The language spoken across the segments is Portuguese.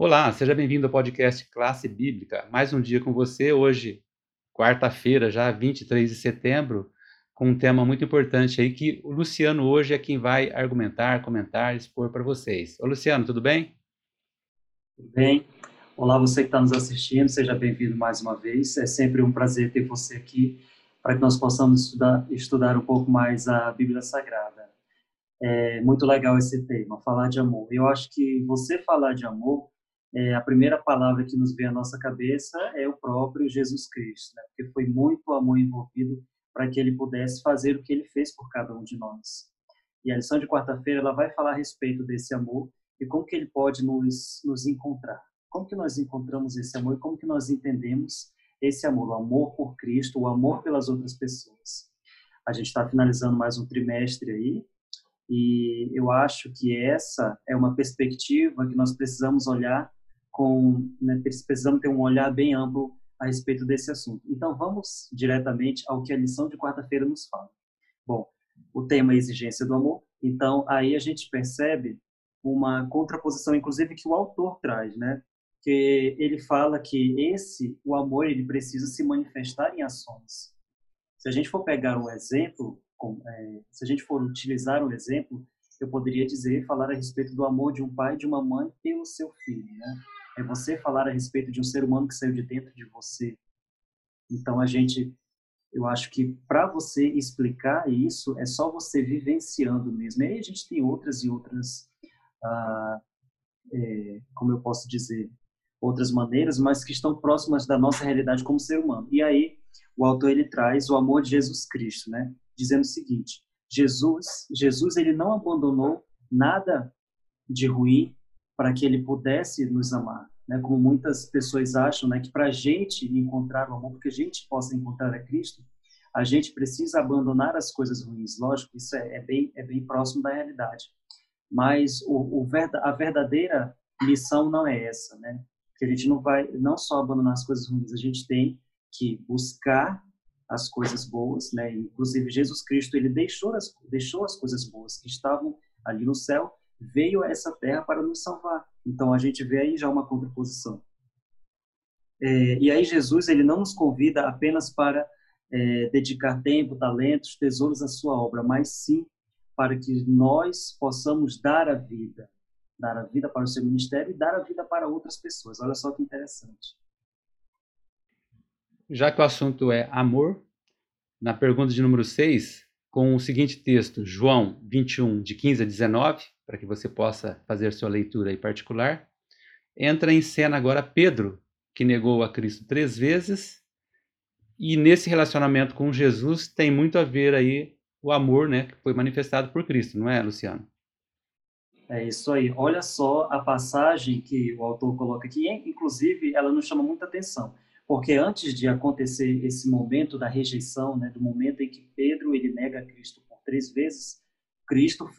Olá, seja bem-vindo ao podcast Classe Bíblica. Mais um dia com você, hoje, quarta-feira, já 23 de setembro, com um tema muito importante aí que o Luciano hoje é quem vai argumentar, comentar, expor para vocês. Ô Luciano, tudo bem? Tudo bem? Olá, você que está nos assistindo, seja bem-vindo mais uma vez. É sempre um prazer ter você aqui para que nós possamos estudar um pouco mais a Bíblia Sagrada. É muito legal esse tema, falar de amor. Eu acho que você falar de amor, a primeira palavra que nos vem à nossa cabeça é o próprio Jesus Cristo, né? Porque foi muito amor envolvido para que ele pudesse fazer o que ele fez por cada um de nós. E a lição de quarta-feira ela vai falar a respeito desse amor e como que ele pode nos encontrar. Como que nós encontramos esse amor e como que nós entendemos esse amor, o amor por Cristo, o amor pelas outras pessoas. A gente está finalizando mais um trimestre aí e eu acho que essa é uma perspectiva que nós precisamos olhar né, precisamos ter um olhar bem amplo a respeito desse assunto. Então vamos diretamente ao que a lição de quarta-feira nos fala. Bom, o tema é a exigência do amor. Então, aí a gente percebe uma contraposição, inclusive, que o autor traz, né? Que ele fala que o amor, ele precisa se manifestar em ações. Se a gente for pegar um exemplo, se a gente for utilizar um exemplo, eu poderia falar a respeito do amor de um pai e de uma mãe pelo seu filho, né? É você falar a respeito de um ser humano que saiu de dentro de você. Então, eu acho que para você explicar isso, é só você vivenciando mesmo. E aí a gente tem outras e outras, ah, como eu posso dizer, outras maneiras, mas que estão próximas da nossa realidade como ser humano. E aí o autor ele traz o amor de Jesus Cristo, né? Dizendo o seguinte: Jesus ele não abandonou nada de ruim para que ele pudesse nos amar, né? Como muitas pessoas acham, né, que para a gente encontrar o amor, porque a gente possa encontrar a Cristo, a gente precisa abandonar as coisas ruins. Lógico, isso é bem próximo da realidade. Mas a verdadeira missão não é essa, né? Que a gente não vai não só abandonar as coisas ruins, a gente tem que buscar as coisas boas, né? Inclusive Jesus Cristo ele deixou as coisas boas que estavam ali no céu, veio a essa terra para nos salvar. Então a gente vê aí já uma contraposição. E aí Jesus ele não nos convida apenas para dedicar tempo, talentos, tesouros à sua obra, mas sim para que nós possamos dar a vida para o seu ministério e dar a vida para outras pessoas. Olha só que interessante. Já que o assunto é amor, na pergunta de número 6, com o seguinte texto, João 21, de 15 a 19, para que você possa fazer sua leitura aí particular, entra em cena agora Pedro, que negou a Cristo 3 vezes. E nesse relacionamento com Jesus tem muito a ver aí o amor, né, que foi manifestado por Cristo, não é, Luciano? É isso aí. Olha só a passagem que o autor coloca aqui, inclusive ela nos chama muita atenção, porque antes de acontecer esse momento da rejeição, né, do momento em que Pedro ele nega Cristo por 3 vezes, Cristo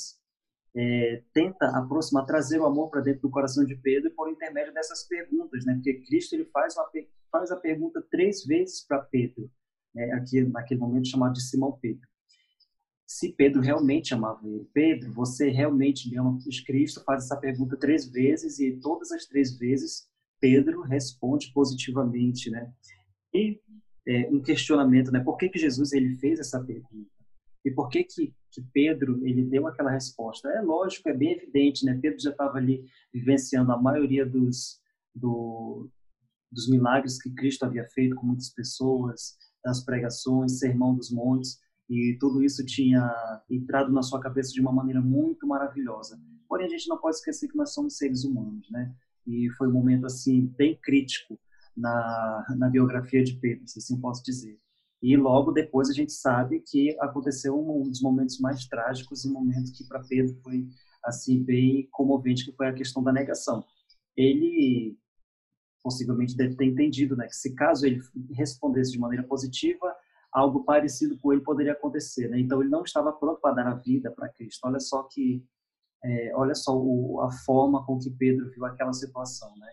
tenta aproximar, trazer o amor para dentro do coração de Pedro por intermédio dessas perguntas, né? Porque Cristo ele faz a pergunta 3 vezes para Pedro, né? Aqui naquele momento chamado de Simão Pedro. Se Pedro realmente amava ele, Pedro, você realmente me ama? Cristo faz essa pergunta 3 vezes e todas as 3 vezes Pedro responde positivamente, né? E um questionamento, né? Por que Jesus ele fez essa pergunta? E por que Pedro ele deu aquela resposta? É lógico, é bem evidente, né? Pedro já estava ali vivenciando a maioria do, dos milagres que Cristo havia feito com muitas pessoas, das pregações, sermão dos montes, e tudo isso tinha entrado na sua cabeça de uma maneira muito maravilhosa. Porém, a gente não pode esquecer que nós somos seres humanos, né? E foi um momento assim bem crítico na biografia de Pedro, se assim posso dizer. E logo depois a gente sabe que aconteceu um dos momentos mais trágicos e um momento que para Pedro foi assim bem comovente, que foi a questão da negação. Ele possivelmente deve ter entendido, né, que se caso ele respondesse de maneira positiva, algo parecido com ele poderia acontecer, né? Então ele não estava pronto para dar a vida para Cristo. Olha só a forma com que Pedro viu aquela situação, né?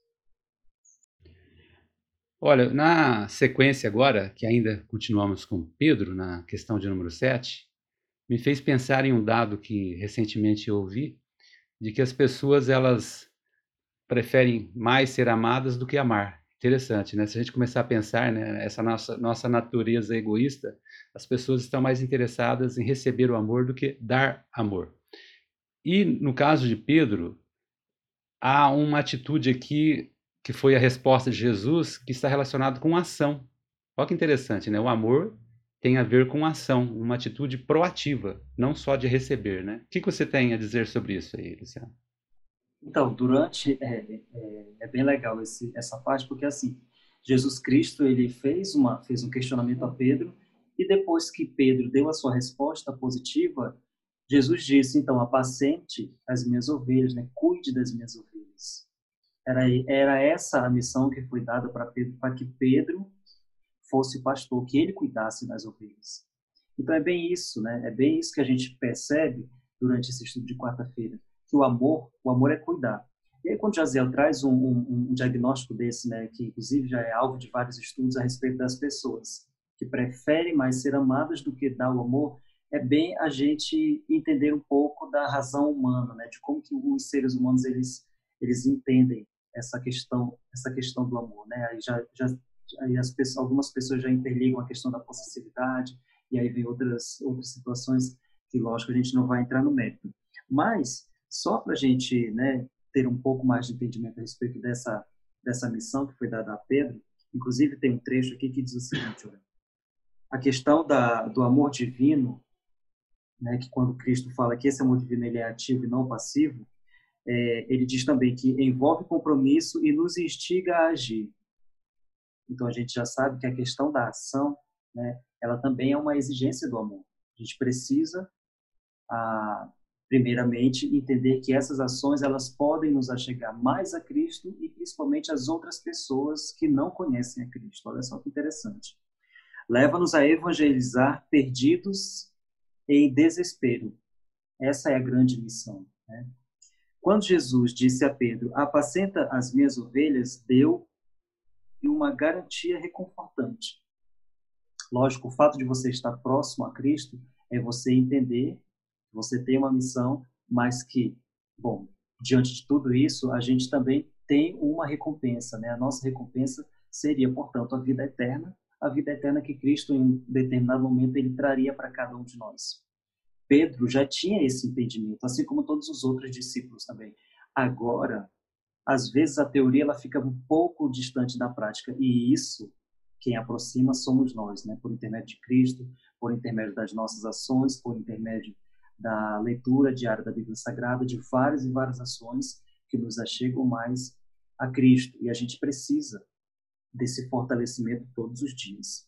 Olha, na sequência agora, que ainda continuamos com Pedro, na questão de número 7, me fez pensar em um dado que recentemente eu ouvi, de que as pessoas, elas preferem mais ser amadas do que amar. Interessante, né? Se a gente começar a pensar, né, essa nossa natureza egoísta, as pessoas estão mais interessadas em receber o amor do que dar amor. E no caso de Pedro, há uma atitude aqui que foi a resposta de Jesus que está relacionado com ação. Olha que interessante, né? O amor tem a ver com ação, uma atitude proativa, não só de receber, né? O que você tem a dizer sobre isso aí, Luciano? Então, é bem legal essa parte, porque assim, Jesus Cristo, ele fez um questionamento a Pedro, e depois que Pedro deu a sua resposta positiva, Jesus disse, então, apacente as minhas ovelhas, né? Cuide das minhas ovelhas. Era essa a missão que foi dada para Pedro, para que Pedro fosse o pastor, que ele cuidasse das ovelhas. Então é bem isso, né? É bem isso que a gente percebe durante esse estudo de quarta-feira, que o amor é cuidar. E aí quando Jaziel traz um diagnóstico desse, né, que inclusive já é alvo de vários estudos a respeito das pessoas que preferem mais ser amadas do que dar o amor, é bem a gente entender um pouco da razão humana, né, de como que os seres humanos eles entendem essa questão do amor, né? Aí algumas pessoas já interligam a questão da possessividade, e aí vem outras situações que, lógico, a gente não vai entrar no mérito. Mas, só para a gente, né, ter um pouco mais de entendimento a respeito dessa missão que foi dada a Pedro, inclusive tem um trecho aqui que diz o seguinte, olha, a questão do amor divino, né, que quando Cristo fala que esse amor divino ele é ativo e não passivo, ele diz também que envolve compromisso e nos instiga a agir. Então a gente já sabe que a questão da ação, né, ela também é uma exigência do amor. A gente precisa, primeiramente, entender que essas ações elas podem nos achegar mais a Cristo e principalmente às outras pessoas que não conhecem a Cristo. Olha só que interessante. Leva-nos a evangelizar perdidos em desespero. Essa é a grande missão, né? Quando Jesus disse a Pedro, apacenta as minhas ovelhas, deu uma garantia reconfortante. Lógico, o fato de você estar próximo a Cristo é você entender que você tem uma missão, mas que, bom, diante de tudo isso, a gente também tem uma recompensa, né? A nossa recompensa seria, portanto, a vida eterna que Cristo, em um determinado momento, ele traria para cada um de nós. Pedro já tinha esse entendimento, assim como todos os outros discípulos também. Agora, às vezes a teoria ela fica um pouco distante da prática, e isso quem aproxima somos nós, né? Por intermédio de Cristo, por intermédio das nossas ações, por intermédio da leitura diária da Bíblia Sagrada, de várias e várias ações que nos achegam mais a Cristo, e a gente precisa desse fortalecimento todos os dias.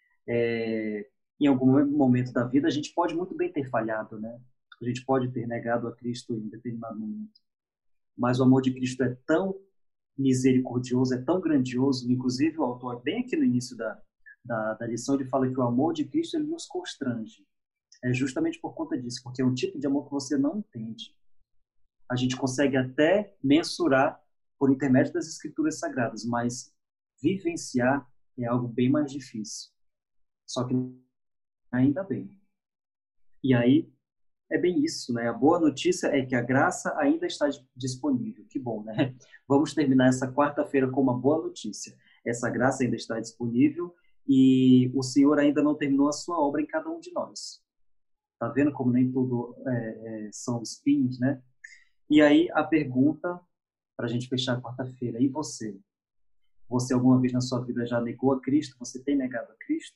Em algum momento da vida a gente pode muito bem ter falhado, né? A gente pode ter negado a Cristo em determinado momento, mas o amor de Cristo é tão misericordioso, é tão grandioso, inclusive o autor, bem aqui no início da lição, ele fala que o amor de Cristo ele nos constrange. É justamente por conta disso, porque é um tipo de amor que você não entende. A gente consegue até mensurar por intermédio das Escrituras Sagradas, mas vivenciar é algo bem mais difícil. Só que ainda bem. E aí, é bem isso, né? A boa notícia é que a graça ainda está disponível. Que bom, né? Vamos terminar essa quarta-feira com uma boa notícia. Essa graça ainda está disponível e o Senhor ainda não terminou a sua obra em cada um de nós. Tá vendo como nem tudo são espinhos, né? E aí a pergunta para a gente fechar a quarta-feira. E você? Você alguma vez na sua vida já negou a Cristo? Você tem negado a Cristo?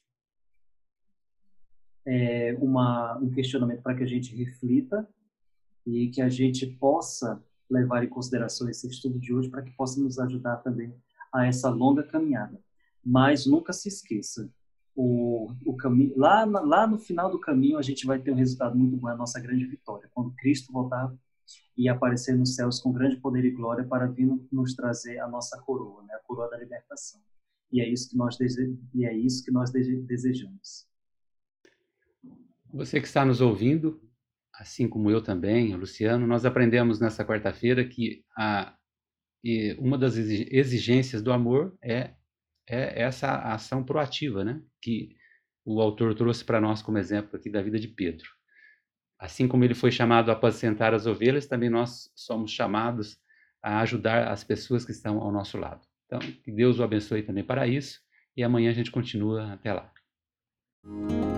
Um questionamento para que a gente reflita e que a gente possa levar em consideração esse estudo de hoje para que possa nos ajudar também a essa longa caminhada. Mas nunca se esqueça, o caminho, lá no final do caminho a gente vai ter um resultado muito bom, a nossa grande vitória, quando Cristo voltar e aparecer nos céus com grande poder e glória para vir nos trazer a nossa coroa, né? A coroa da libertação. E é isso que nós desejamos. Você que está nos ouvindo, assim como eu também, o Luciano, nós aprendemos nessa quarta-feira que uma das exigências do amor é essa ação proativa, né? Que o autor trouxe para nós como exemplo aqui da vida de Pedro. Assim como ele foi chamado a apacentar as ovelhas, também nós somos chamados a ajudar as pessoas que estão ao nosso lado. Então, que Deus o abençoe também para isso, e amanhã a gente continua. Até lá.